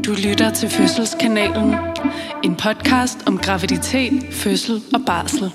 Du lytter til Fødselskanalen. En podcast om graviditet, fødsel og barsel.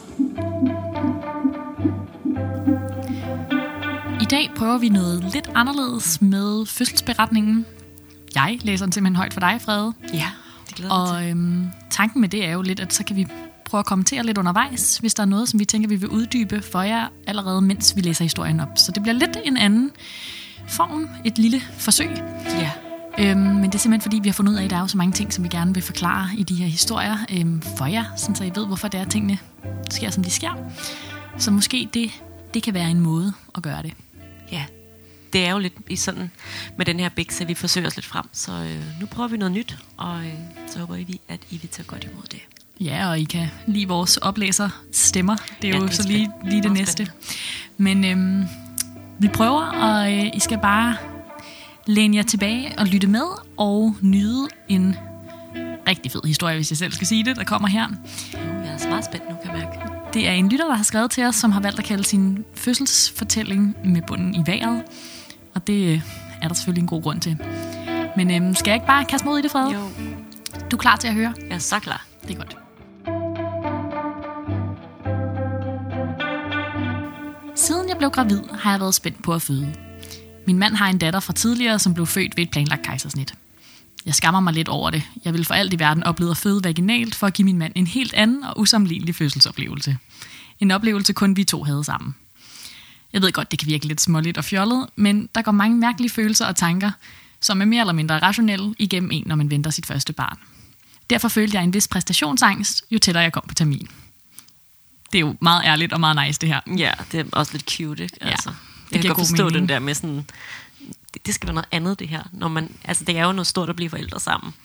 I dag prøver vi noget lidt anderledes med fødselsberetningen. Jeg læser den simpelthen højt for dig, Frede. Ja, det glæder mig til. Tanken med det er jo lidt, at så kan vi prøve at kommentere lidt undervejs, hvis der er noget, som vi tænker, vi vil uddybe for jer allerede, mens vi læser historien op. Så det bliver lidt en anden form, et lille forsøg. Ja. Men det er simpelthen fordi, vi har fundet ud af, at der er jo så mange ting, som vi gerne vil forklare i de her historier for jer, så I ved, hvorfor det er, tingene sker, som de sker. Så måske det kan være en måde at gøre det. Ja, det er jo lidt i sådan med den her bikse, vi forsøger os lidt frem. Så nu prøver vi noget nyt, og så håber vi, at I vil tage godt imod det. Ja, og I kan lide vores oplæser stemmer. Det er jo det er så lige det næste. Men vi prøver, og I skal bare læne jer tilbage og lytte med og nyde en rigtig fed historie, hvis jeg selv skal sige det, der kommer her. Jeg er så meget spændt nu, kan jeg mærke. Det er en lytter, der har skrevet til os, som har valgt at kalde sin fødselsfortælling med bunden i vejret. Og det er der selvfølgelig en god grund til. Men skal jeg ikke bare kaste mod i det, Frede? Jo. Du er klar til at høre? Jeg er så klar. Det er godt. Siden jeg blev gravid, har jeg været spændt på at føde. Min mand har en datter fra tidligere, som blev født ved et planlagt kejsersnit. Jeg skammer mig lidt over det. Jeg vil for alt i verden opleve at føde vaginalt for at give min mand en helt anden og usammenlignelig fødselsoplevelse. En oplevelse kun vi to havde sammen. Jeg ved godt, det kan virke lidt småligt og fjollet, men der går mange mærkelige følelser og tanker, som er mere eller mindre rationelle igennem en, når man venter sit første barn. Derfor følte jeg en vis præstationsangst, jo tættere jeg kom på termin. Det er jo meget ærligt og meget nice, det her. Ja, det er også lidt cute, ikke? Altså, Ja, jeg kan godt forstå mening. den der med sådan, det skal være noget andet, det her. Når man, altså, det er jo noget stort at blive forældre sammen.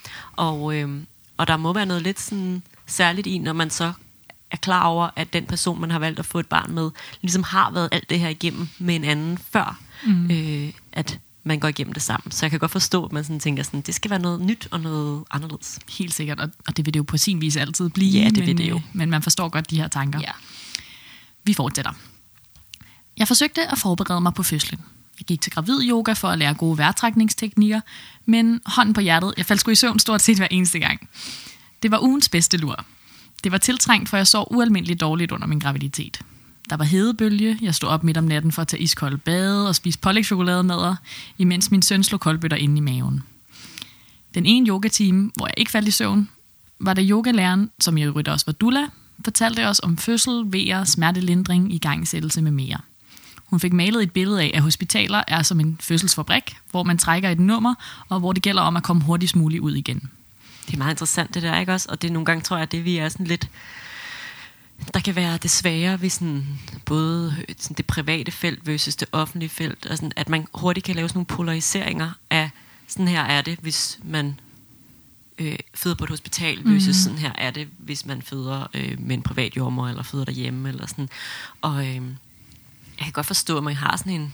Og der må være noget lidt sådan særligt i, når man så er klar over, at den person, man har valgt at få et barn med, ligesom har været alt det her igennem med en anden før, at man går igennem det sammen. Så jeg kan godt forstå, at man sådan tænker, sådan, det skal være noget nyt og noget anderledes. Helt sikkert, og det vil det jo på sin vis altid blive. Ja, det vil det jo. Men man forstår godt de her tanker. Ja. Vi fortsætter. Jeg forsøgte at forberede mig på fødslen. Jeg gik til gravid-yoga for at lære gode vejrtrækningsteknikker, men hånden på hjertet, jeg faldt sgu i søvn stort set hver eneste gang. Det var ugens bedste lur. Det var tiltrængt, for jeg sov ualmindeligt dårligt under min graviditet. Der var hedebølge, jeg stod op midt om natten for at tage iskolde bade og spise pålægtschokolademader, imens min søn slog koldbøtter inde i maven. Den ene yogatime, hvor jeg ikke faldt i søvn, var da yogalæreren, som i øvrigt også var Dula, fortalte os om fødsel, vejer, smertelindring, igangsættelse med mere. Hun fik malet et billede af, at hospitaler er som en fødselsfabrik, hvor man trækker et nummer, og hvor det gælder om at komme hurtigst muligt ud igen. Det er meget interessant, det der, ikke også? Og det er nogle gange, tror jeg, det vi er sådan lidt... Der kan være det svære ved sådan, både sådan det private felt versus det offentlige felt, og sådan, at man hurtigt kan lave sådan nogle polariseringer af, sådan her er det, hvis man føder på et hospital, versus sådan her er det, hvis man føder med en privat jordemoder, eller føder derhjemme, eller sådan. Og jeg kan godt forstå, at man har sådan en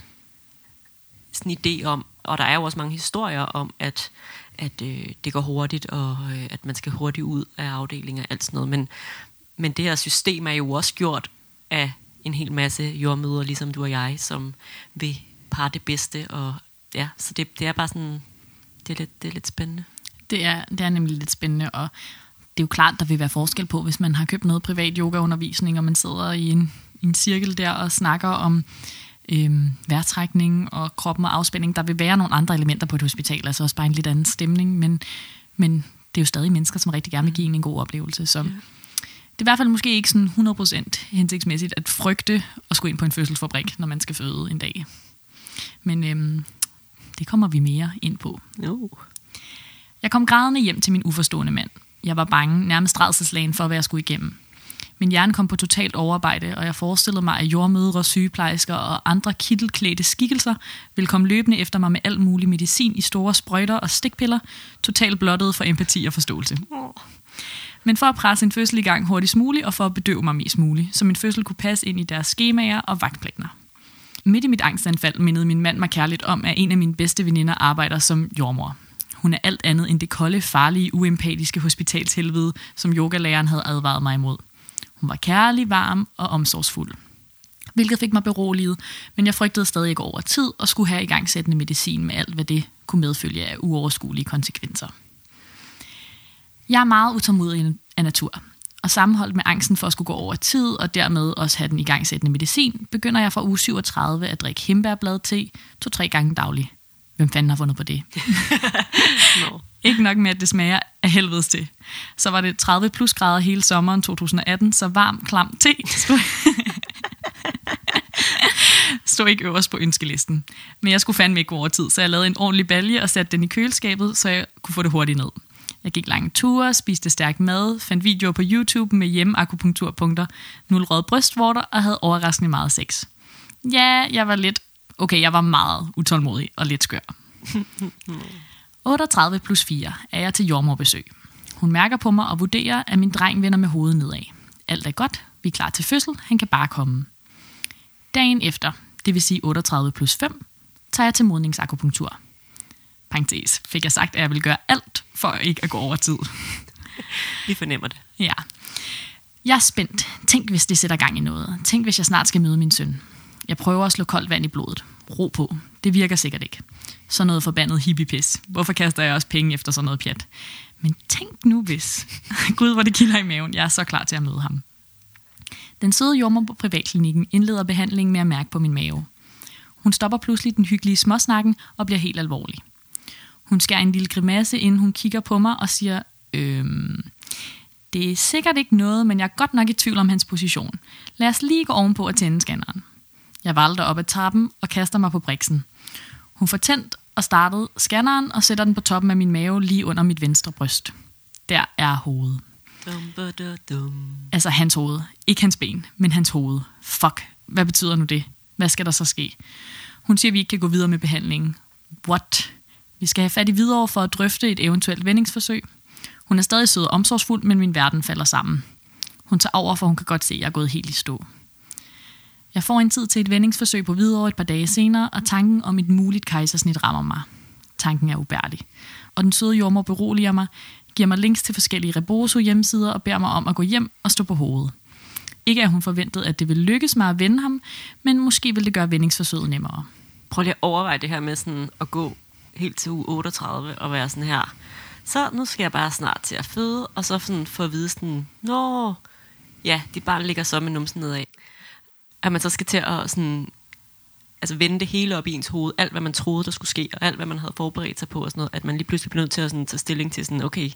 idé om, og der er jo også mange historier om, at det går hurtigt, og at man skal hurtigt ud af afdelinger og alt sådan noget, men det her system er jo også gjort af en hel masse jordmødre, ligesom du og jeg, som vil parre det bedste, og ja, så det er bare sådan, det er lidt spændende. Det er nemlig lidt spændende, og det er jo klart, der vil være forskel på, hvis man har købt noget privat yogaundervisning, og man sidder i en cirkel der og snakker om vejrtrækning og kroppen og afspænding. Der vil være nogle andre elementer på et hospital, altså også bare en lidt anden stemning, men det er jo stadig mennesker, som rigtig gerne vil give en god oplevelse, så... Ja. Det er i hvert fald måske ikke sådan 100% hensigtsmæssigt at frygte at skulle ind på en fødselsfabrik, når man skal føde en dag. Men det kommer vi mere ind på. Jeg kom grædende hjem til min uforstående mand. Jeg var bange, nærmest rædselsslagen for, hvad jeg skulle igennem. Min hjerne kom på totalt overarbejde, og jeg forestillede mig, at jordmødre, sygeplejersker og andre kittelklædte skikkelser ville komme løbende efter mig med al mulig medicin i store sprøjter og stikpiller, totalt blottet for empati og forståelse. Men for at presse en fødsel i gang hurtigst muligt, og for at bedøve mig mest muligt, så min fødsel kunne passe ind i deres skemaer og vagtplaner. Midt i mit angstanfald mindede min mand mig kærligt om, at en af mine bedste veninder arbejder som jordmor. Hun er alt andet end det kolde, farlige, uempatiske hospitalshelvede, som yogalæreren havde advaret mig imod. Hun var kærlig, varm og omsorgsfuld. Hvilket fik mig beroliget, men jeg frygtede stadig ikke over tid og skulle have igangsættende medicin med alt, hvad det kunne medfølge af uoverskuelige konsekvenser. Jeg er meget utålmodig af natur, og sammenholdt med angsten for at skulle gå over tid, og dermed også have den igangsættende medicin, begynder jeg fra uge 37 at drikke hindbærbladte 2-3 gange dagligt. Hvem fanden har fundet på det? No. Ikke nok med, at det smager af helvedes til. Så var det 30 plus grader hele sommeren 2018, så varm, klam te stod ikke øverst på ønskelisten. Men jeg skulle fandme ikke gå over tid, så jeg lavede en ordentlig balje og satte den i køleskabet, så jeg kunne få det hurtigt ned. Jeg gik lange ture, spiste stærk mad, fandt videoer på YouTube med hjemmeakupunkturpunkter, nuldrøde brystvorter og havde overraskende meget sex. Ja, jeg var meget utålmodig og lidt skør. 38 plus 4 er jeg til jordemorbesøg. Hun mærker på mig og vurderer, at min dreng vender med hovedet nedad. Alt er godt, vi er klar til fødsel, han kan bare komme. Dagen efter, det vil sige 38 plus 5, tager jeg til modningsakupunktur. Parentes, fik jeg sagt, at jeg vil gøre alt for ikke at gå over tid. Vi fornemmer det. Ja. Jeg er spændt. Tænk, hvis det sætter gang i noget. Tænk, hvis jeg snart skal møde min søn. Jeg prøver at slå koldt vand i blodet. Ro på. Det virker sikkert ikke. Så noget forbandet hippiepis. Hvorfor kaster jeg også penge efter sådan noget pjat? Men tænk nu hvis. Gud, hvor det kilder i maven. Jeg er så klar til at møde ham. Den søde jordemoder på privatklinikken indleder behandlingen med at mærke på min mave. Hun stopper pludselig den hyggelige småsnakken og bliver helt alvorlig. Hun skærer en lille grimasse, inden hun kigger på mig og siger, det er sikkert ikke noget, men jeg er godt nok i tvivl om hans position. Lad os lige gå ovenpå og tænde scanneren. Jeg valgte op ad trappen og kaster mig på briksen. Hun får tændt og startet scanneren og sætter den på toppen af min mave lige under mit venstre bryst. Der er hovedet. Altså hans hoved. Ikke hans ben, men hans hoved. Fuck. Hvad betyder nu det? Hvad skal der så ske? Hun siger, at vi ikke kan gå videre med behandlingen. What? Vi skal have fat i Hvidovre for at drøfte et eventuelt vendingsforsøg. Hun er stadig sød og omsorgsfuld, men min verden falder sammen. Hun tager over, for hun kan godt se, at jeg er gået helt i stå. Jeg får en tid til et vendingsforsøg på Hvidovre et par dage senere, og tanken om et muligt kejsersnit rammer mig. Tanken er ubærlig. Og den søde jordemoder beroliger mig, giver mig links til forskellige Rebozo hjemmesider og beder mig om at gå hjem og stå på hovedet. Ikke at hun forventede, at det ville lykkes mig at vende ham, men måske ville det gøre vendingsforsøget nemmere. Prøv lige at overveje det her med sådan at gå helt til uge 38 og være sådan her. Så nu skal jeg bare snart til at føde, og så sådan få at vide sådan, dit barn ligger så med numsen nedad. At man så skal til at sådan, altså vende det hele op i ens hoved, alt hvad man troede, der skulle ske, og alt hvad man havde forberedt sig på og sådan noget, at man lige pludselig bliver nødt til at sådan, tage stilling til sådan, okay,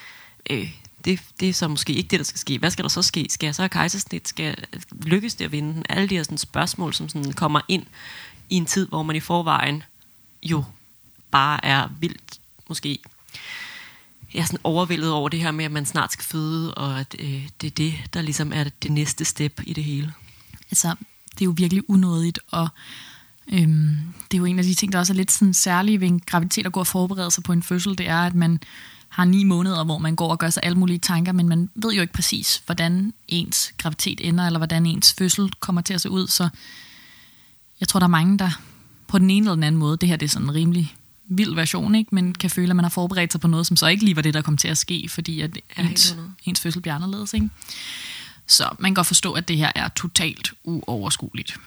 det er så måske ikke det, der skal ske. Hvad skal der så ske? Skal jeg så have kejsersnit? Lykkes det at vinde den? Alle de her sådan spørgsmål, som sådan kommer ind i en tid, hvor man i forvejen jo bare er vildt, måske sådan overvældet over det her med, at man snart skal føde, og at det er det, der ligesom er det næste step i det hele. Altså, det er jo virkelig unødigt, og det er jo en af de ting, der også er lidt sådan særlige ved en graviditet at gå og forberede sig på en fødsel, det er, at man har 9 måneder, hvor man går og gør sig alle mulige tanker, men man ved jo ikke præcis, hvordan ens graviditet ender, eller hvordan ens fødsel kommer til at se ud, så jeg tror, der er mange, der på den ene eller den anden måde, det her det er sådan en rimelig vild version, ikke? Men kan føle, at man har forberedt sig på noget, som så ikke lige var det, der kom til at ske, fordi at ens fødsel bliver anderledes, ikke? Så man kan godt forstå, at det her er totalt uoverskueligt.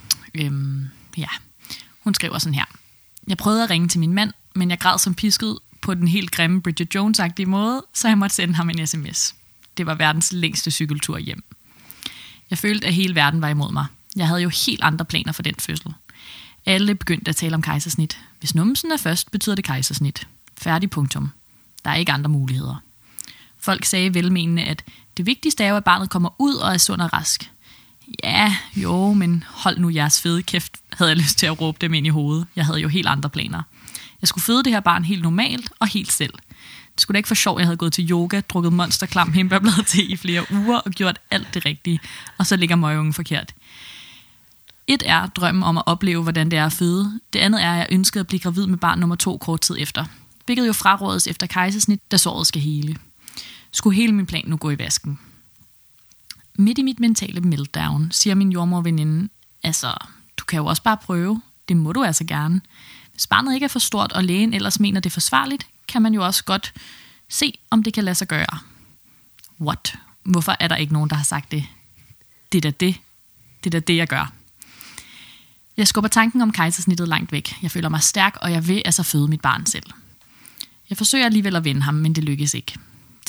Ja. Hun skriver sådan her. Jeg prøvede at ringe til min mand, men jeg græd som pisket på den helt grimme Bridget Jones-agtige måde, så jeg måtte sende ham en sms. Det var verdens længste cykeltur hjem. Jeg følte, at hele verden var imod mig. Jeg havde jo helt andre planer for den fødsel. Alle begyndte at tale om kejsersnit. Hvis numsen er først, betyder det kejsersnit. Færdig punktum. Der er ikke andre muligheder. Folk sagde velmenende, at det vigtigste er jo, at barnet kommer ud og er sund og rask. Ja, jo, men hold nu jeres fede kæft, havde jeg lyst til at råbe dem ind i hovedet. Jeg havde jo helt andre planer. Jeg skulle føde det her barn helt normalt og helt selv. Det skulle da ikke for sjov, jeg havde gået til yoga, drukket monsterklam hindbærbladet til i flere uger og gjort alt det rigtige. Og så ligger møgeungen forkert. Et er drømmen om at opleve, hvordan det er at føde. Det andet er, at jeg ønskede at blive gravid med barn nummer 2 kort tid efter. Hvilket jo frarådes efter kejsersnit, da såret skal hele. Skulle hele min plan nu gå i vasken? Midt i mit mentale meltdown, siger min jordemoderveninde, altså, du kan jo også bare prøve. Det må du altså gerne. Hvis barnet ikke er for stort, og lægen ellers mener, det er forsvarligt, kan man jo også godt se, om det kan lade sig gøre. What? Hvorfor er der ikke nogen, der har sagt det? Det er da det, jeg gør. Jeg skubber tanken om kejsersnittet langt væk. Jeg føler mig stærk, og jeg vil altså føde mit barn selv. Jeg forsøger alligevel at vende ham, men det lykkes ikke.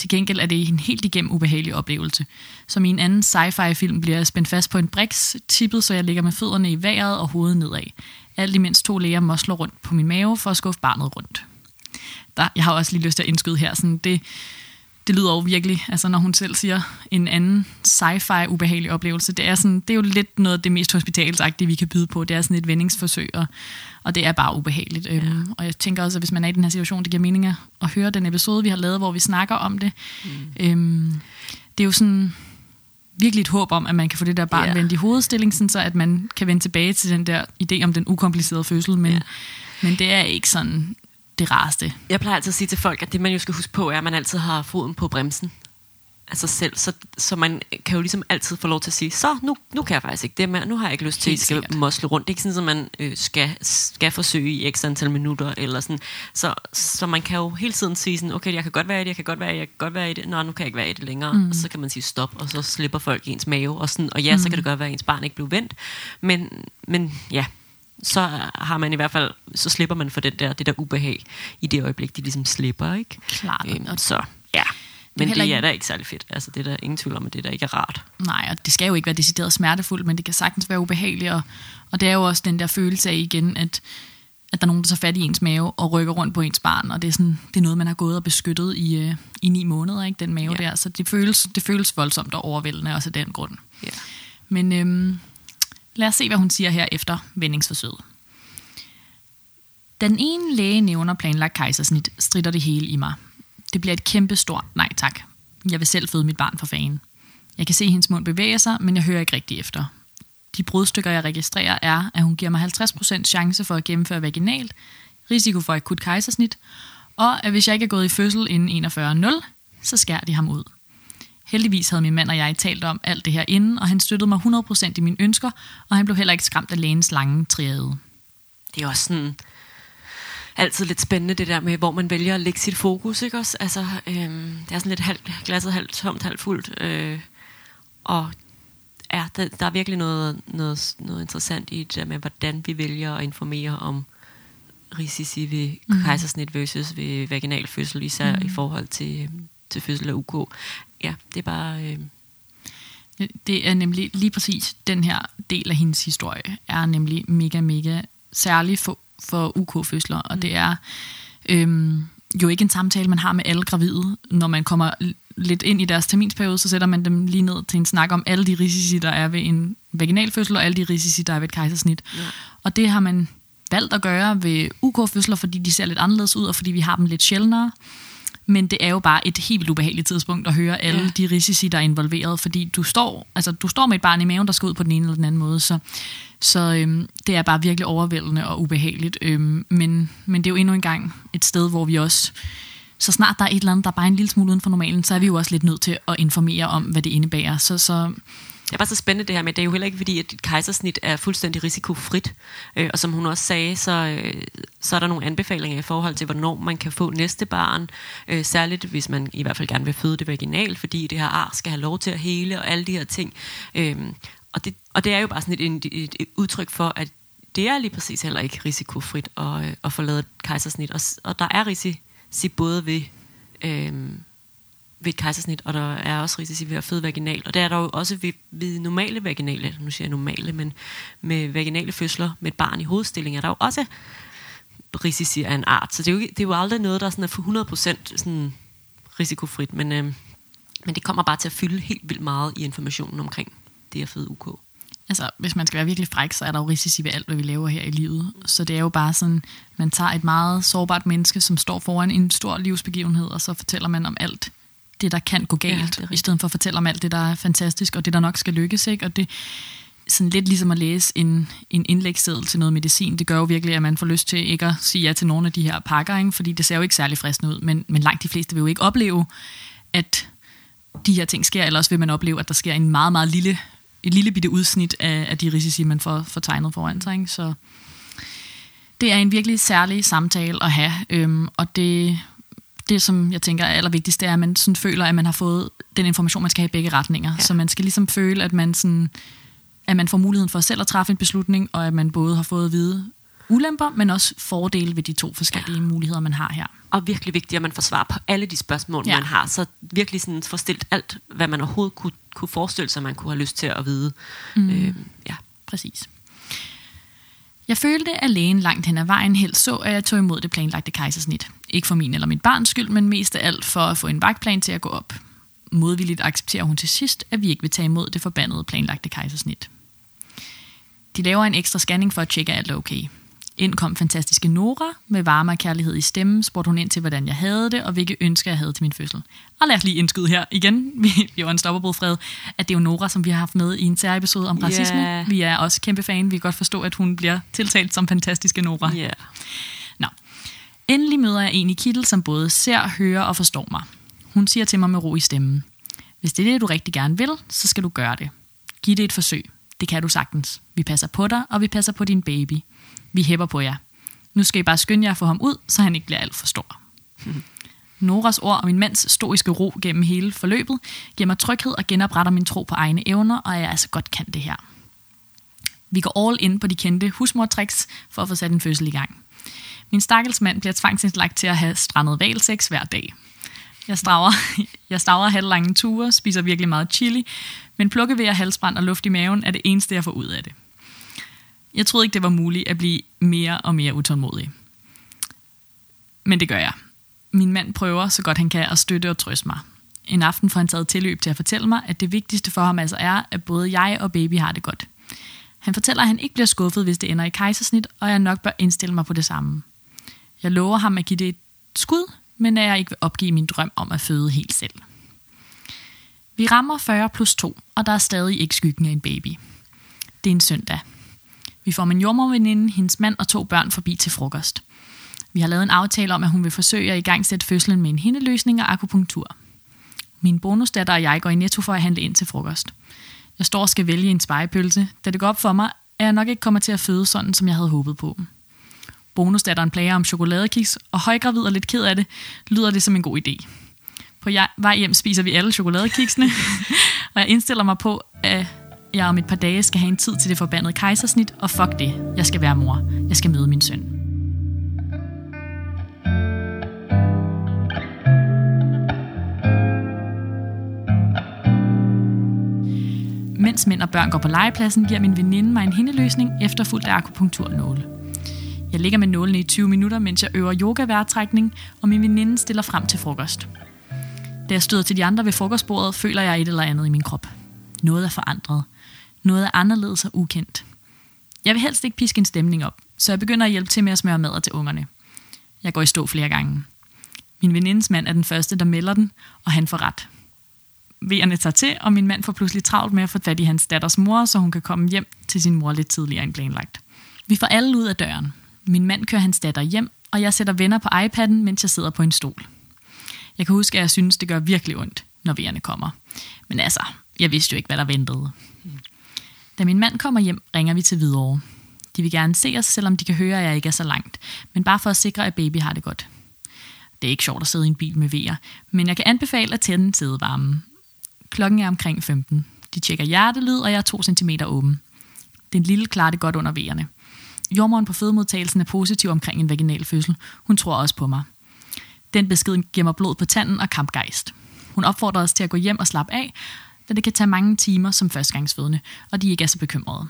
Til gengæld er det en helt igennem ubehagelig oplevelse. Som i en anden sci-fi-film bliver jeg spændt fast på en briks, tippet, så jeg ligger med fødderne i vejret og hovedet nedad. Alt imens 2 læger mosler rundt på min mave for at skuffe barnet rundt. Jeg har også lige lyst til at indskyde her, sådan det lyder jo virkelig, altså når hun selv siger en anden sci-fi ubehagelig oplevelse, det er jo lidt noget af det mest hospitalsagtige, vi kan byde på. Det er sådan et vendingsforsøg, og det er bare ubehageligt. Og jeg tænker også, at hvis man er i den her situation, det giver mening at høre den episode, vi har lavet, hvor vi snakker om det. Det er jo sådan virkelig et håb om, at man kan få det der barn vendt i hovedstilling, sådan så at man kan vende tilbage til den der idé om den ukomplicerede fødsel, men det er ikke sådan det rareste. Jeg plejer altid at sige til folk, at det man jo skal huske på, er, at man altid har foden på bremsen. Altså selv, så man kan jo ligesom altid få lov til at sige, så nu kan jeg faktisk ikke det mere, nu har jeg ikke lyst til, at I skal mosle rundt. Det er ikke sådan, at man skal forsøge i x antal minutter, eller sådan. Så man kan jo hele tiden sige sådan, okay, jeg kan godt være i det, jeg kan godt være i det, nå, nu kan jeg ikke være i det længere. Og så kan man sige stop, og så slipper folk ens mave, og sådan, og så kan det godt være, at ens barn ikke bliver vendt. Men ja, så har man i hvert fald, så slipper man for det der ubehag i det øjeblik, de ligesom slipper, ikke? Klart. Så ja. Men det er da ikke særlig fedt. Altså, det er der ingen tvivl om, at det der ikke er rart. Nej, og det skal jo ikke være decideret smertefuldt, men det kan sagtens være ubehageligt. Og det er jo også den der følelse af igen, at der er nogen, der tager fat i ens mave og rykker rundt på ens barn. Og det er noget, man har gået og beskyttet i 9 måneder, ikke? Den mave der. Så det føles voldsomt og overvældende også af den grund. Ja. Men lad os se, hvad hun siger her efter vendingsforsøget. Da den ene læge nævner planlagt kejsersnit, stritter det hele i mig. Det bliver et kæmpe stort nej tak. Jeg vil selv føde mit barn for fanden. Jeg kan se hendes mund bevæge sig, men jeg hører ikke rigtig efter. De brudstykker, jeg registrerer, er, at hun giver mig 50% chance for at gennemføre vaginalt, risiko for akut kejsersnit, og at hvis jeg ikke er gået i fødsel inden 41.0, så skærer de ham ud. Heldigvis havde min mand og jeg talt om alt det her inden, og han støttede mig 100% i mine ønsker, og han blev heller ikke skræmt af lægens lange triade. Det er også sådan altid lidt spændende, det der med, hvor man vælger at lægge sit fokus, ikke også? Altså, det er sådan lidt glasset halvt tomt, halvt fuldt. Og ja, der er virkelig noget interessant i det der med, hvordan vi vælger at informere om risici ved kejsersnit versus ved vaginal fødsel, især i forhold til fødsel af UK. Ja, det er bare Det er nemlig lige præcis den her del af hendes historie, er nemlig mega, mega særlig for UK-fødsler, og det er jo ikke en samtale, man har med alle gravide. Når man kommer lidt ind i deres terminsperiode, så sætter man dem lige ned til en snak om alle de risici, der er ved en vaginalfødsel, og alle de risici, der er ved et kejsersnit. Ja. Og det har man valgt at gøre ved UK-fødsler, fordi de ser lidt anderledes ud, og fordi vi har dem lidt sjældnere. Men det er jo bare et helt vildt ubehageligt tidspunkt at høre alle de risici, der er involveret, fordi du står med et barn i maven, der skal ud på den ene eller den anden måde, så det er bare virkelig overvældende og ubehageligt. Men det er jo endnu engang et sted, hvor vi også, så snart der er et eller andet, der er bare en lille smule uden for normalen, så er vi jo også lidt nødt til at informere om, hvad det indebærer. Så det er bare så spændende det her med, det er jo heller ikke fordi, at et kejsersnit er fuldstændig risikofrit. Og som hun også sagde, så er der nogle anbefalinger i forhold til, hvornår man kan få næste barn. Særligt hvis man i hvert fald gerne vil føde det vaginalt, fordi det her ar skal have lov til at hele og alle de her ting. Og det er jo bare sådan et udtryk for, at det er lige præcis heller ikke risikofrit at få lavet et kejsersnit. Og der er risici både ved et kejsersnit, og der er også risici ved at føde vaginalt. Og det er der jo også ved normale vaginale, nu siger jeg normale, men med vaginale fødsler med et barn i hovedstilling, er der jo også risici af en art. Så det er jo aldrig noget, der sådan er for 100% sådan risikofrit, men det kommer bare til at fylde helt vildt meget i informationen omkring det at føde UK. Altså, hvis man skal være virkelig fræk, så er der jo risici ved alt, hvad vi laver her i livet. Så det er jo bare sådan, man tager et meget sårbart menneske, som står foran en stor livsbegivenhed, og så fortæller man om alt det, der kan gå galt, i stedet for at fortælle om alt det, der er fantastisk, og det, der nok skal lykkes, ikke? Og det sådan lidt ligesom at læse en indlægsseddel til noget medicin. Det gør jo virkelig, at man får lyst til ikke at sige ja til nogle af de her pakker, ikke? Fordi det ser jo ikke særlig fristende ud, men langt de fleste vil jo ikke opleve, at de her ting sker, eller også vil man opleve, at der sker en meget, meget et lille bitte udsnit af de risici, man får tegnet foran sig, ikke? Så det er en virkelig særlig samtale at have, og det, som jeg tænker er allervigtigst, det er, at man sådan føler, at man har fået den information, man skal have i begge retninger. Ja. Så man skal ligesom føle, at man får muligheden for selv at træffe en beslutning, og at man både har fået at vide ulemper, men også fordele ved de 2 forskellige muligheder, man har her. Og virkelig vigtigt, at man får svar på alle de spørgsmål, man har. Så virkelig sådan forstilt alt, hvad man overhovedet kunne forestille sig, man kunne have lyst til at vide. Præcis. Jeg følte, at lægen langt hen ad vejen helst så, at jeg tog imod det planlagte kejsersnit. Ikke for min eller mit barns skyld, men mest af alt for at få en vagtplan til at gå op. Modvilligt accepterer hun til sidst, at vi ikke vil tage imod det forbandede planlagte kejsersnit. De laver en ekstra scanning for at tjekke, at alt er okay. Ind kom fantastiske Nora med varme og kærlighed i stemmen, spurgte hun ind til, hvordan jeg havde det, og hvilke ønsker jeg havde til min fødsel. Og lad os lige indskyde her igen, vi var en stopperbrud, Fred, at det er jo Nora, som vi har haft med i en særepisode om racisme. Vi er også kæmpe fan, vi kan godt forstå, at hun bliver tiltalt som fantastiske Nora. Nå. Endelig møder jeg en i kittel, som både ser, hører og forstår mig. Hun siger til mig med ro i stemmen: hvis det er det, du rigtig gerne vil, så skal du gøre det. Giv det et forsøg. Det kan du sagtens. Vi passer på dig, og vi passer på din baby. Vi hæpper på jer. Nu skal I bare skynde jer at få ham ud, så han ikke bliver alt for stor. Noras ord og min mands stoiske ro gennem hele forløbet giver mig tryghed og genopretter min tro på egne evner, og jeg altså godt kan det her. Vi går all in på de kendte husmortricks for at få sat en fødsel i gang. Min stakkels mand bliver tvangsindlagt til at have strandet hvalsex hver dag. Jeg stavrer halvlange ture, spiser virkelig meget chili, men plukkevejer, halsbrand og luft i maven er det eneste, jeg får ud af det. Jeg troede ikke, det var muligt at blive mere og mere utålmodig. Men det gør jeg. Min mand prøver, så godt han kan, at støtte og trøste mig. En aften får han taget tilløb til at fortælle mig, at det vigtigste for ham altså er, at både jeg og baby har det godt. Han fortæller, at han ikke bliver skuffet, hvis det ender i kejsersnit, og jeg nok bør indstille mig på det samme. Jeg lover ham at give det et skud, men at jeg ikke vil opgive min drøm om at føde helt selv. Vi rammer 40+2, og der er stadig ikke skyggen af en baby. Det er en søndag. Vi får min jordemoderveninde, hendes mand og 2 børn forbi til frokost. Vi har lavet en aftale om, at hun vil forsøge at igangsætte fødslen med en hindeløsning og akupunktur. Min bonusdatter og jeg går i Netto for at handle ind til frokost. Jeg står og skal vælge en spegepølse, da det går op for mig, at jeg nok ikke kommer til at føde sådan, som jeg havde håbet på. Bonusdatteren plager om chokoladekiks, og højgravid og lidt ked af det, lyder det som en god idé. På vej hjem spiser vi alle chokoladekiksene, og jeg indstiller mig på, at jeg om et par dage skal have en tid til det forbandede kejsersnit, og fuck det, jeg skal være mor. Jeg skal møde min søn. Mens mænd og børn går på legepladsen, giver min veninde mig en hindeløsning efterfulgt af akupunkturnåle. Jeg ligger med nålene i 20 minutter, mens jeg øver yoga-vejrtrækning, og min veninde stiller frem til frokost. Da jeg støder til de andre ved frokostbordet, føler jeg et eller andet i min krop. Noget er forandret. Noget er anderledes og ukendt. Jeg vil helst ikke piske en stemning op, så jeg begynder at hjælpe til med at smøre madder til ungerne. Jeg går i stå flere gange. Min venindes mand er den første, der melder den, og han får ret. Vejerne tager til, og min mand får pludselig travlt med at få fat i hans datters mor, så hun kan komme hjem til sin mor lidt tidligere end planlagt. Vi får alle ud af døren. Min mand kører hans datter hjem, og jeg sætter venner på iPad'en, mens jeg sidder på en stol. Jeg kan huske, at jeg synes, det gør virkelig ondt, når vejerne kommer. Men altså, jeg vidste jo ikke, hvad der ventede. Da min mand kommer hjem, ringer vi til Hvidovre. De vil gerne se os, selvom de kan høre, at jeg ikke er så langt, men bare for at sikre, at baby har det godt. Det er ikke sjovt at sidde i en bil med vejer, men jeg kan anbefale at tænde sædevarmen. Klokken er omkring 15. De tjekker hjertelyd, og jeg er 2 centimeter åben. Den lille klarer det godt under vejerne. Jordemoderen på fødemodtagelsen er positiv omkring en vaginal fødsel. Hun tror også på mig. Den besked giver mig blod på tanden og kampgejst. Hun opfordrer os til at gå hjem og slappe af, da det kan tage mange timer som førstegangsfødende, og de ikke er så bekymrede.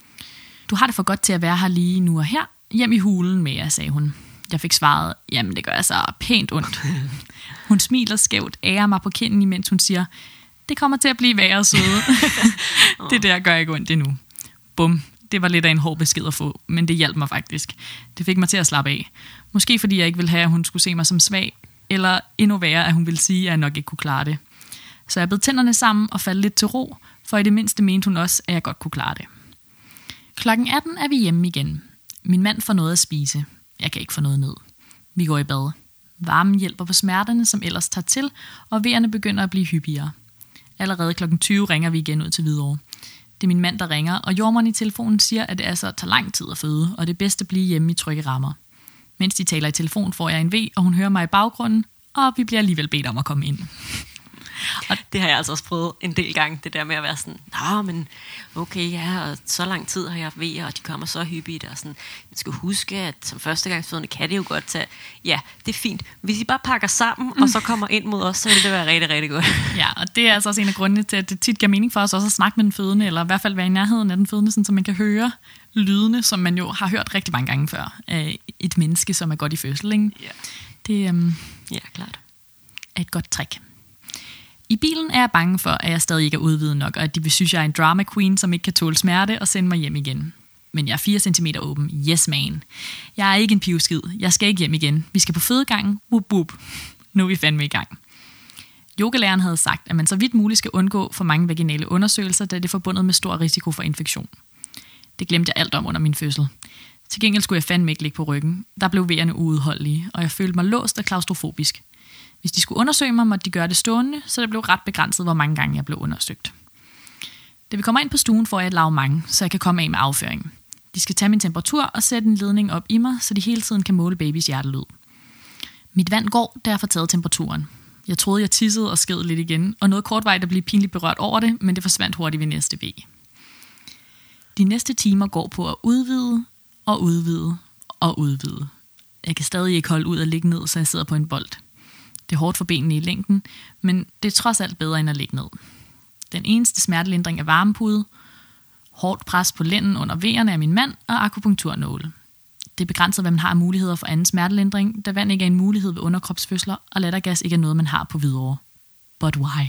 Du har det for godt til at være her lige nu og her. Hjem i hulen med jer, sagde hun. Jeg fik svaret, jamen det gør altså pænt ondt. Hun smiler skævt, ærer mig på kinden, imens hun siger, det kommer til at blive værre søde. Det der gør ikke ondt endnu. Bum. Det var lidt af en hård besked at få, men det hjalp mig faktisk. Det fik mig til at slappe af. Måske fordi jeg ikke ville have, at hun skulle se mig som svag, eller endnu værre, at hun ville sige, at jeg nok ikke kunne klare det. Så jeg bed tænderne sammen og faldt lidt til ro, for i det mindste mente hun også, at jeg godt kunne klare det. Klokken 18 er vi hjemme igen. Min mand får noget at spise. Jeg kan ikke få noget ned. Vi går i bad. Varmen hjælper på smerterne, som ellers tager til, og vejerne begynder at blive hyppigere. Allerede klokken 20 ringer vi igen ud til Hvidovre. Det er min mand, der ringer, og jordemoderen i telefonen siger, at det altså tager lang tid at føde, og det er bedst at blive hjemme i trygge rammer. Mens de taler i telefon, får jeg en V, og hun hører mig i baggrunden, og vi bliver alligevel bedt om at komme ind. Og det har jeg altså også prøvet en del gange, det der med at være sådan, nå, men okay, ja, og så lang tid har jeg haft vejer, og de kommer så hyppigt, og sådan, man skal huske, at som førstegangsfødende kan det jo godt tage, ja, det er fint. Hvis I bare pakker sammen, og så kommer ind mod os, så vil det være rigtig, rigtig godt. Ja, og det er altså også en af grundene til, at det tit giver mening for os også at snakke med den fødende, eller i hvert fald være i nærheden af den fødende, sådan, så man kan høre lydene, som man jo har hørt rigtig mange gange før, af et menneske, som er godt i fødsel, ikke? Ja. Det Ja, klart. er et godt trick. I bilen er jeg bange for, at jeg stadig ikke er udvidet nok, og at de vil synes, jeg er en drama queen, som ikke kan tåle smerte og sende mig hjem igen. Men jeg er 4 cm åben. Yes, man. Jeg er ikke en pivskid. Jeg skal ikke hjem igen. Vi skal på fødegangen. Wup, wup. Nu er vi fandme i gang. Yogalæreren havde sagt, at man så vidt muligt skal undgå for mange vaginale undersøgelser, da det er forbundet med stor risiko for infektion. Det glemte jeg alt om under min fødsel. Til gengæld skulle jeg fandme ikke ligge på ryggen. Der blev vejerne uudholdelige, og jeg følte mig låst og klaustrofobisk. Hvis de skulle undersøge mig, måtte de gøre det stående, så det blev ret begrænset, hvor mange gange jeg blev undersøgt. Da vi kommer ind på stuen, får jeg et lavmang, så jeg kan komme af med afføringen. De skal tage min temperatur og sætte en ledning op i mig, så de hele tiden kan måle babys hjertelyd. Mit vand går, da jeg får taget temperaturen. Jeg troede, jeg tissede og sked lidt igen, og nåede kortvejt at blive pinligt berørt over det, men det forsvandt hurtigt ved næste V. De næste timer går på at udvide og udvide og udvide. Jeg kan stadig ikke holde ud at ligge ned, så jeg sidder på en bold. Det er hårdt for benene i længden, men det er trods alt bedre end at ligge ned. Den eneste smertelindring er varmepude, hårdt pres på lænden under vejerne af min mand og akupunkturnåle. Det er begrænset, hvad man har af muligheder for anden smertelindring, da vand ikke er en mulighed ved underkropsfødsler, og lattergas ikke er noget, man har på Hvidovre. But why?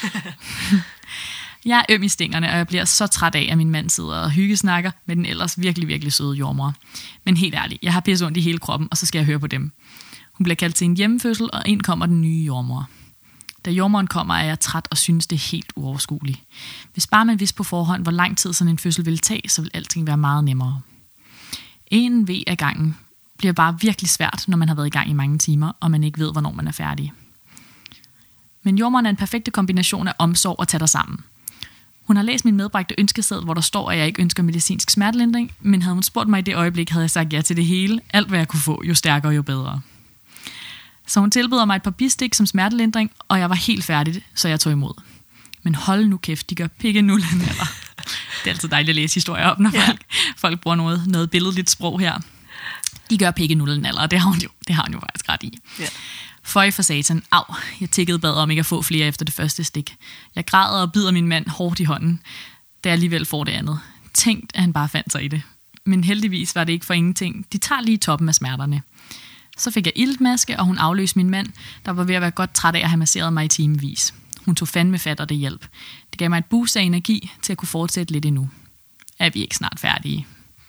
Jeg er øm i stængerne, og jeg bliver så træt af, at min mand sidder og hyggesnakker med den ellers virkelig, virkelig søde jordemoder. Men helt ærligt, jeg har pisse ondt i hele kroppen, og så skal jeg høre på dem. Hun bliver kaldt til en hjemmefødsel, og ind kommer den nye jordemoder. Da jordemoderen kommer, er jeg træt og synes, det er helt uoverskueligt. Hvis bare man vidste på forhånd, hvor lang tid sådan en fødsel ville tage, så vil alting være meget nemmere. En V af gangen bliver bare virkelig svært, når man har været i gang i mange timer, og man ikke ved, hvornår man er færdig. Men jordemoderen er en perfekte kombination af omsorg og tage dig sammen. Hun har læst min medbragte ønskeseddel, hvor der står, at jeg ikke ønsker medicinsk smertelindring, men havde hun spurgt mig i det øjeblik, havde jeg sagt ja til det hele. Alt, hvad jeg kunne få, jo stærkere, jo bedre. Så hun tilbyder mig et par bistik som smertelindring, og jeg var helt færdig, så jeg tog imod. Men hold nu kæft, de gør pikkenullen eller. Det er altid dejligt at læse historier op, når folk bruger noget billedligt sprog her. De gør pikkenullen eller, og det har hun jo faktisk ret i. Ja. Føj for satan. Au, jeg tikkede bad om ikke at få flere efter det første stik. Jeg græder og bider min mand hårdt i hånden, da jeg alligevel får det andet. Tænkt, at han bare fandt sig i det. Men heldigvis var det ikke for ingenting. De tager lige toppen af smerterne. Så fik jeg iltmaske, og hun afløste min mand, der var ved at være godt træt af at have masseret mig i timevis. Hun tog fandme fat, og det hjalp. Det gav mig et boost af energi til at kunne fortsætte lidt endnu. Er vi ikke snart færdige?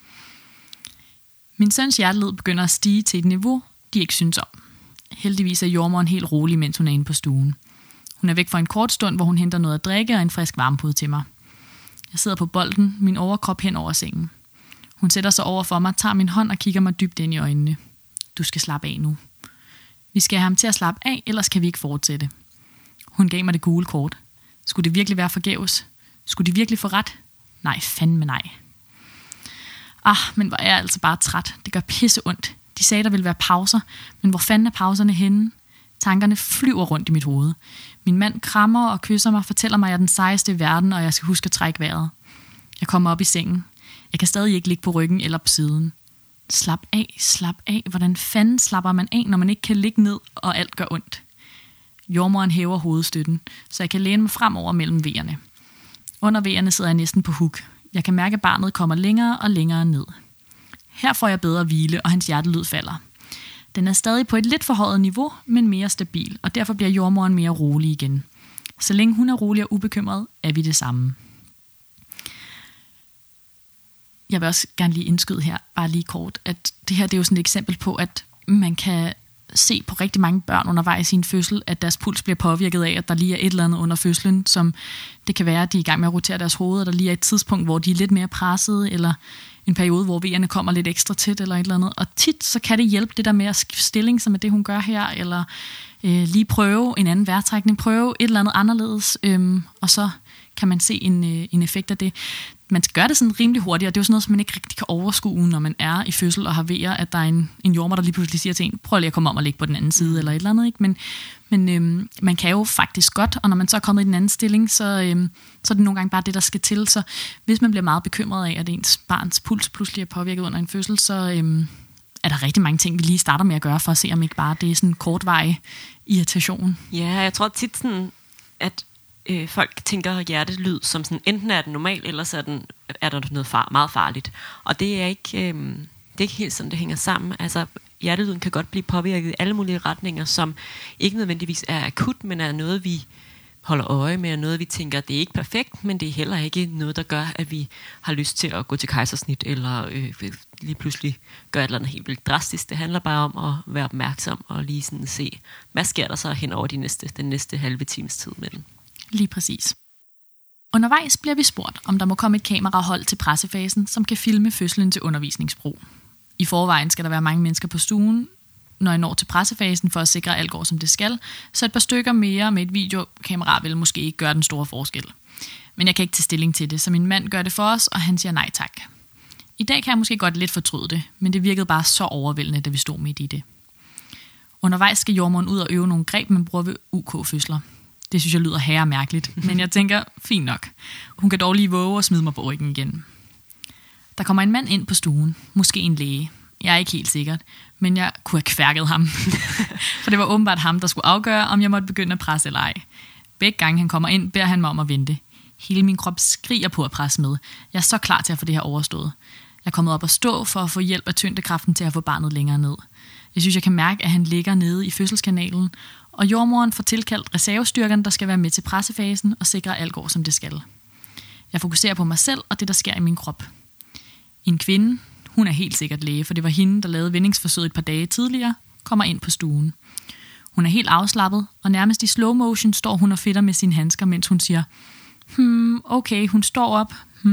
Min søns hjertelyd begynder at stige til et niveau, de ikke synes om. Heldigvis er jordemoderen helt rolig, mens hun er inde på stuen. Hun er væk for en kort stund, hvor hun henter noget at drikke og en frisk varmepude til mig. Jeg sidder på bolden, min overkrop hen over sengen. Hun sætter sig over for mig, tager min hånd og kigger mig dybt ind i øjnene. Du skal slappe af nu. Vi skal have ham til at slappe af, ellers kan vi ikke fortsætte. Hun gav mig det gule kort. Skulle det virkelig være forgæves? Skulle de virkelig få ret? Nej, fandme nej. Men hvor er jeg altså bare træt. Det gør pisse ondt. De sagde, der ville være pauser, men hvor fanden er pauserne henne? Tankerne flyver rundt i mit hoved. Min mand krammer og kysser mig, fortæller mig, at jeg er den sejeste i verden, og jeg skal huske at trække vejret. Jeg kommer op i sengen. Jeg kan stadig ikke ligge på ryggen eller på siden. Slap af. Hvordan fanden slapper man af, når man ikke kan ligge ned, og alt gør ondt? Jordemoderen hæver hovedstøtten, så jeg kan læne mig fremover mellem vejerne. Under vejerne sidder jeg næsten på huk. Jeg kan mærke, at barnet kommer længere og længere ned. Her får jeg bedre hvile, og hans hjertelyd falder. Den er stadig på et lidt forhøjet niveau, men mere stabil, og derfor bliver jordemoderen mere rolig igen. Så længe hun er rolig og ubekymret, er vi det samme. Jeg vil også gerne lige indskyde her, bare lige kort, at det her det er jo sådan et eksempel på, at man kan se på rigtig mange børn undervejs i en fødsel, at deres puls bliver påvirket af, at der lige er et eller andet under fødslen, som det kan være, at de er i gang med at rotere deres hoved, og der lige er et tidspunkt, hvor de er lidt mere pressede, eller en periode, hvor vejerne kommer lidt ekstra tæt, eller et eller andet. Og tit, så kan det hjælpe det der med at skifte stilling, som er det, hun gør her, eller lige prøve en anden vejrtrækning, prøve et eller andet anderledes, og så kan man se en effekt af det. Man skal gøre det sådan rimelig hurtigt, og det er jo sådan noget, som man ikke rigtig kan overskue, når man er i fødsel og har vejer, at der er en jordemoder, der lige pludselig siger til en, prøv lige at komme om og ligge på den anden side, eller et eller andet, ikke? Men man kan jo faktisk godt, og når man så er kommet i den anden stilling, så er det nogle gange bare det, der skal til. Så hvis man bliver meget bekymret af, at ens barns puls pludselig er påvirket under en fødsel, så er der rigtig mange ting, vi lige starter med at gøre, for at se, om ikke bare det er sådan en kortvarig irritation. Ja, jeg tror tit sådan, at folk tænker hjertelyd som sådan, enten er den normal, eller så er der noget meget farligt. Og det er ikke helt sådan, det hænger sammen. Altså, hjertelyden kan godt blive påvirket i alle mulige retninger, som ikke nødvendigvis er akut, men er noget, vi holder øje med, og noget, vi tænker, det er ikke perfekt, men det er heller ikke noget, der gør, at vi har lyst til at gå til kejsersnit, eller lige pludselig gøre et eller andet helt vildt drastisk. Det handler bare om at være opmærksom, og lige sådan se, hvad sker der så hen over den næste halve times tid med den. Lige præcis. Undervejs bliver vi spurgt, om der må komme et kamerahold til pressefasen, som kan filme fødslen til undervisningsbrug. I forvejen skal der være mange mennesker på stuen, når jeg når til pressefasen, for at sikre, at alt går, som det skal, så et par stykker mere med et videokamera vil måske ikke gøre den store forskel. Men jeg kan ikke tage stilling til det, så min mand gør det for os, og han siger nej tak. I dag kan jeg måske godt lidt fortryde det, men det virkede bare så overvældende, da vi stod midt i det. Undervejs skal jordemoderen ud og øve nogle greb, man bruger ved UK-fødsler. Det synes jeg lyder herremærkeligt, men jeg tænker, fint nok. Hun kan dog lige våge og smide mig på ryggen igen. Der kommer en mand ind på stuen, måske en læge. Jeg er ikke helt sikkert, men jeg kunne have kværket ham. For det var åbenbart ham, der skulle afgøre, om jeg måtte begynde at presse eller ej. Begge gange han kommer ind, beder han mig om at vente. Hele min krop skriger på at presse med. Jeg er så klar til at få det her overstået. Jeg er kommet op at stå for at få hjælp af tyngdekraften til at få barnet længere ned. Jeg synes, jeg kan mærke, at han ligger nede i fødselskanalen, og jordemoderen får tilkaldt reservestyrken, der skal være med til pressefasen og sikre, at alt går, som det skal. Jeg fokuserer på mig selv og det, der sker i min krop. En kvinde, hun er helt sikkert læge, for det var hende, der lavede vendingsforsøget et par dage tidligere, kommer ind på stuen. Hun er helt afslappet, og nærmest i slow motion står hun og fedter med sine handsker, mens hun siger, okay, hun står op.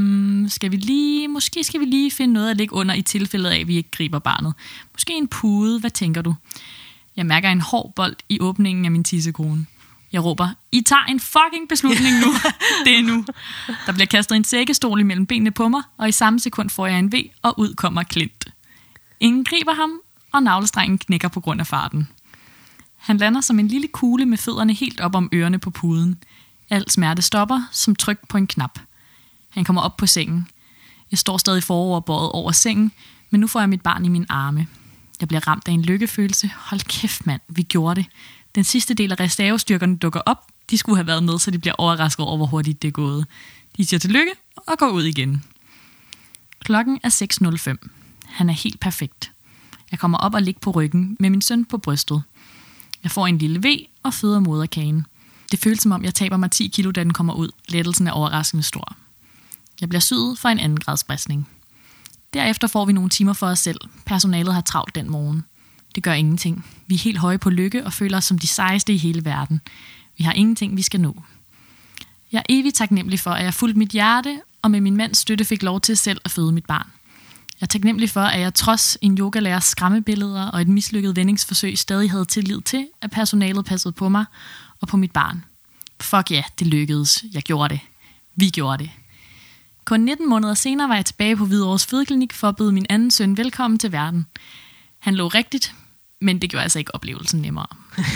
Måske skal vi lige finde noget at ligge under i tilfældet af, at vi ikke griber barnet. Måske en pude, hvad tænker du? Jeg mærker en hård bold i åbningen af min tissekone. Jeg råber, I tager en fucking beslutning nu. Det er nu. Der bliver kastet en sækkestol imellem benene på mig, og i samme sekund får jeg en V, og ud kommer Klint. Ingen griber ham, og navlestrengen knækker på grund af farten. Han lander som en lille kugle med fødderne helt op om ørerne på puden. Al smerte stopper som tryk på en knap. Han kommer op på sengen. Jeg står stadig foroverbøjet over sengen, men nu får jeg mit barn i mine arme. Jeg bliver ramt af en lykkefølelse. Hold kæft mand, vi gjorde det. Den sidste del af reservestyrkerne dukker op. De skulle have været med, så de bliver overrasket over, hvor hurtigt det er gået. De siger tillykke og går ud igen. Klokken er 6:05. Han er helt perfekt. Jeg kommer op og ligger på ryggen med min søn på brystet. Jeg får en lille V og føder moderkagen. Det føles som om, jeg taber mig 10 kilo, da den kommer ud. Lettelsen er overraskende stor. Jeg bliver syet for en 2. grads bristning. Derefter får vi nogle timer for os selv. Personalet har travlt den morgen. Det gør ingenting. Vi er helt høje på lykke og føler os som de sejeste i hele verden. Vi har ingenting, vi skal nå. Jeg er evigt taknemmelig for, at jeg fulgte mit hjerte, og med min mands støtte fik lov til selv at føde mit barn. Jeg er taknemmelig for, at jeg trods en yogalærers skræmmebilleder og et mislykket vendingsforsøg stadig havde tillid til, at personalet passede på mig og på mit barn. Fuck ja, det lykkedes. Jeg gjorde det. Vi gjorde det. Kun 19 måneder senere var jeg tilbage på Hvidovres Fødeklinik for at byde min anden søn velkommen til verden. Han lå rigtigt, men det gjorde altså ikke oplevelsen nemmere.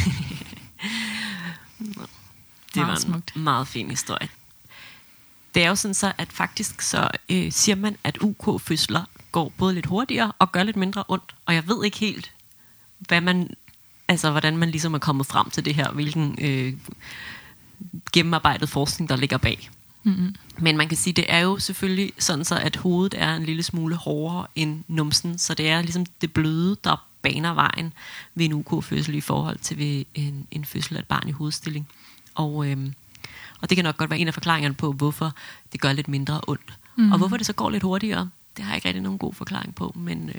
Det var smukt. En meget fin historie. Det er jo sådan så, at faktisk så siger man, at UK-fødsler går både lidt hurtigere og gør lidt mindre ondt. Og jeg ved ikke helt, hvordan man ligesom er kommet frem til det her, hvilken gennemarbejdet forskning, der ligger bag. Mm-hmm. Men man kan sige, det er jo selvfølgelig sådan så, at hovedet er en lille smule hårdere end numsen, så det er ligesom det bløde, der baner vejen ved en UK-fødsel i forhold til ved en fødsel af et barn i hovedstilling. Og det kan nok godt være en af forklaringerne på, hvorfor det gør lidt mindre ondt. Mm-hmm. Og hvorfor det så går lidt hurtigere, det har jeg ikke rigtig nogen god forklaring på, men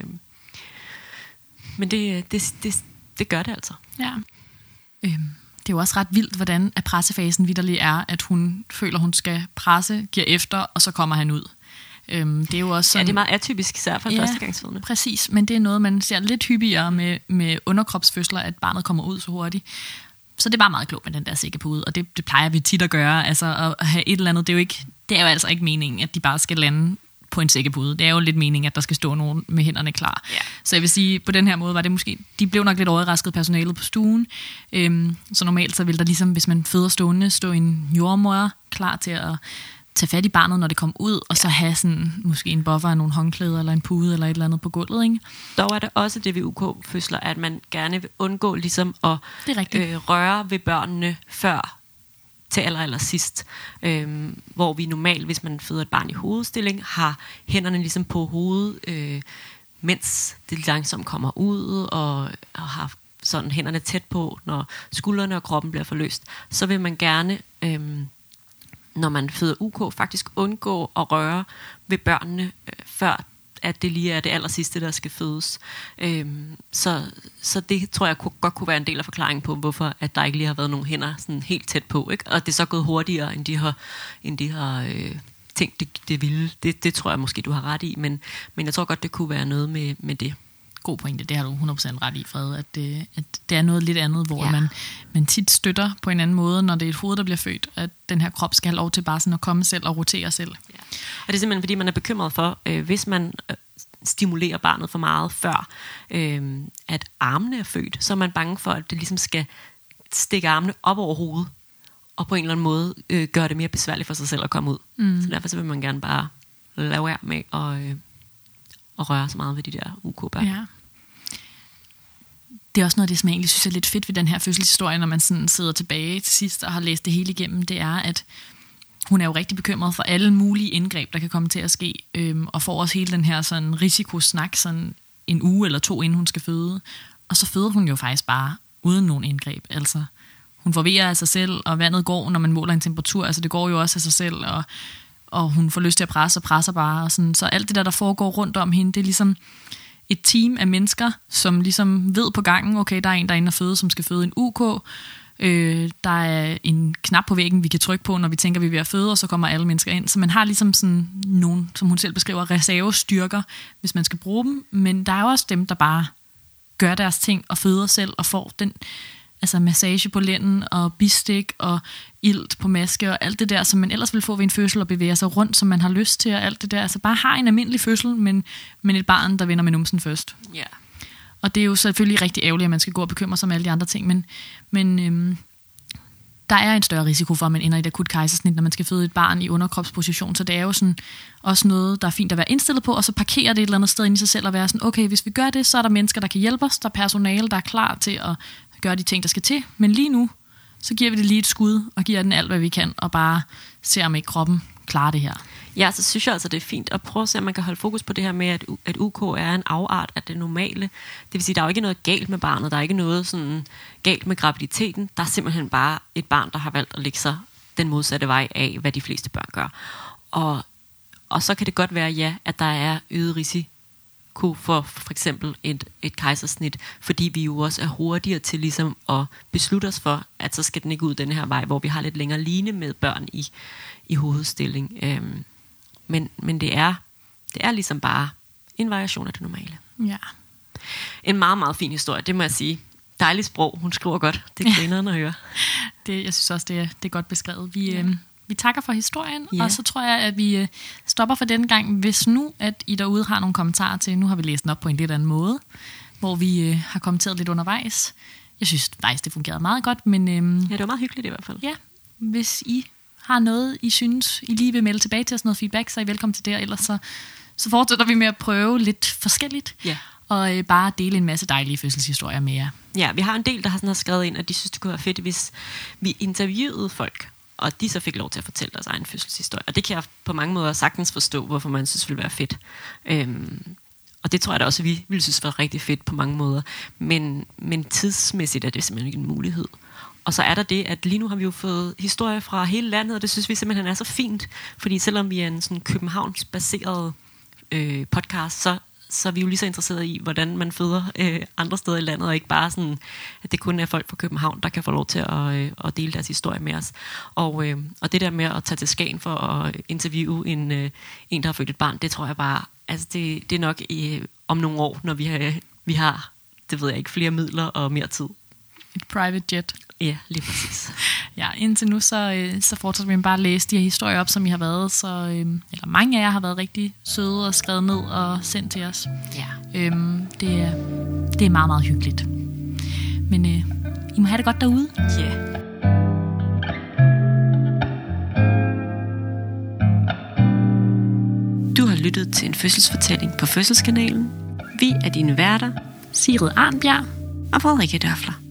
det gør det altså. Ja. Det er jo også ret vildt, hvordan at pressefasen vitterlig er, at hun føler, hun skal presse, giver efter, og så kommer han ud. Det er jo også sådan, det er meget atypisk, især for førstegangsfødende. Præcis, men det er noget, man ser lidt hyppigere med underkropsfødsler, at barnet kommer ud så hurtigt. Så det var meget klogt med den der sækkepude, og det plejer vi tit at gøre. Altså at have et eller andet, det er jo altså ikke meningen, at de bare skal lande på en sækkepude. Det er jo lidt meningen, at der skal stå nogen med hænderne klar. Yeah. Så jeg vil sige, på den her måde var det måske, de blev nok lidt overrasket personalet på stuen. Så normalt så vil der ligesom, hvis man føder stående, stå en jordmor klar til at tage fat i barnet, når det kommer ud, og så have sådan, måske en buffer af nogle håndklæder, eller en pude, eller et eller andet på gulvet, ikke? Dog er det også det ved UK-fødsler, at man gerne vil undgå ligesom at røre ved børnene før til aller sidst. Hvor vi normalt, hvis man føder et barn i hovedstilling, har hænderne ligesom på hovedet, mens det langsomt kommer ud, og har sådan hænderne tæt på, når skuldrene og kroppen bliver forløst. Så vil man gerne, når man føder UK, faktisk undgå at røre ved børnene, før at det lige er det allersidste, der skal fødes. Så det tror jeg godt kunne være en del af forklaringen på, hvorfor at der ikke lige har været nogen hænder sådan helt tæt på, ikke? Og det er så gået hurtigere, end de har tænkt, det ville. Det tror jeg måske, du har ret i, men jeg tror godt, det kunne være noget med det. God pointe, det har du 100% ret i, Fred, at det er noget lidt andet, hvor man tit støtter på en anden måde, når det er et hoved, der bliver født, at den her krop skal have lov til bare sådan at komme selv og rotere selv. Ja. Og det er simpelthen, fordi man er bekymret for, hvis man stimulerer barnet for meget før, at armene er født, så er man bange for, at det ligesom skal stikke armene op over hovedet, og på en eller anden måde gøre det mere besværligt for sig selv at komme ud. Så derfor så vil man gerne bare lade være med at røre så meget ved de der UK-børn. Ja. Det er også noget af det, som jeg egentlig synes er lidt fedt ved den her fødselshistorie, når man sådan sidder tilbage til sidst og har læst det hele igennem, det er, at hun er jo rigtig bekymret for alle mulige indgreb, der kan komme til at ske, og får også hele den her sådan risikosnak sådan en uge eller 2, inden hun skal føde. Og så føder hun jo faktisk bare uden nogen indgreb. Altså, hun forvejer af sig selv, og vandet går, når man måler en temperatur. Altså, det går jo også af sig selv, og hun får lyst til at presse og presser bare. Og sådan. Så alt det der foregår rundt om hende, det er ligesom et team af mennesker, som ligesom ved på gangen, okay, der er en, der er inde og føde, som skal føde en UK. Der er en knap på væggen, vi kan trykke på, når vi tænker, vi er ved at føde, og så kommer alle mennesker ind. Så man har ligesom sådan nogle, som hun selv beskriver, reservestyrker, hvis man skal bruge dem. Men der er jo også dem, der bare gør deres ting og føder selv og får den massage på lænden og bistik og ilt på maske og alt det der, som man ellers vil få ved en fødsel og bevæge sig rundt, som man har lyst til og alt det der. Altså bare har en almindelig fødsel, men et barn, der vinder med numsen først. Ja. Yeah. Og det er jo selvfølgelig rigtig ærgerligt, at man skal gå og bekymre sig om alle de andre ting, men der er en større risiko for, at man ender i et akut kejsersnit, når man skal føde et barn i underkropsposition, så det er jo sådan også noget, der er fint at være indstillet på, og så parkere det et eller andet sted inde i sig selv og være sådan, okay, hvis vi gør det, så er der mennesker, der kan hjælpe os, der er personale, der er klar til at gøre de ting, der skal til, men lige nu, så giver vi det lige et skud, og giver den alt, hvad vi kan, og bare ser, om ikke kroppen klarer det her. Ja, så synes jeg altså, det er fint at prøve at se, om man kan holde fokus på det her med, at UK er en afart af det normale. Det vil sige, der er jo ikke noget galt med barnet, der er ikke noget sådan galt med graviditeten. Der er simpelthen bare et barn, der har valgt at lægge sig den modsatte vej af, hvad de fleste børn gør. Og så kan det godt være, ja, at der er øget risiko for eksempel et kejsersnit, fordi vi jo også er hurtigere til ligesom at beslutte os for, at så skal den ikke ud den her vej, hvor vi har lidt længere line med børn i hovedstilling. Men det er ligesom bare en variation af det normale. Ja. En meget, meget fin historie, det må jeg sige. Dejligt sprog, hun skriver godt. Det er grineren at høre. Jeg synes også, det er godt beskrevet. Vi takker for historien, og så tror jeg, at vi stopper for denne gang, hvis nu, at I derude har nogle kommentarer til. Nu har vi læst den op på en lidt anden måde, hvor vi har kommenteret lidt undervejs. Jeg synes faktisk, det fungerede meget godt. Men, det var meget hyggeligt i hvert fald. Ja, hvis I har noget, I synes, I lige vil melde tilbage til os, noget feedback, så er I velkommen til det, og ellers så fortsætter vi med at prøve lidt forskelligt, og bare dele en masse dejlige fødselshistorier med jer. Ja, vi har en del, der har skrevet ind, at de synes, det kunne være fedt, hvis vi interviewede folk, og de så fik lov til at fortælle deres egen fødselshistorie. Og det kan jeg på mange måder sagtens forstå, hvorfor man synes, det ville være fedt. Og det tror jeg da også, at vi ville synes var rigtig fedt på mange måder. Men tidsmæssigt er det simpelthen ikke en mulighed. Og så er der det, at lige nu har vi jo fået historier fra hele landet, og det synes vi simpelthen er så fint. Fordi selvom vi er en sådan Københavns-baseret podcast, så er vi jo lige så interesserede i, hvordan man føder andre steder i landet, og ikke bare sådan, at det kun er folk fra København, der kan få lov til at dele deres historie med os. Og det der med at tage til Skagen for at interviewe en, der har født et barn, det tror jeg bare, altså det er nok om nogle år, når vi har, det ved jeg ikke, flere midler og mere tid. Et private jet. Ja, lige præcis. Ja, indtil nu, så fortsætter vi bare at læse de her historier op, som I har været, eller mange af jer har været rigtig søde og skrevet ned og sendt til os. Ja. Det er meget, meget hyggeligt. Men I må have det godt derude. Ja. Du har lyttet til en fødselsfortælling på Fødselskanalen. Vi er dine værter, Sigrid Arnbjerg og Frederikke Dørfler.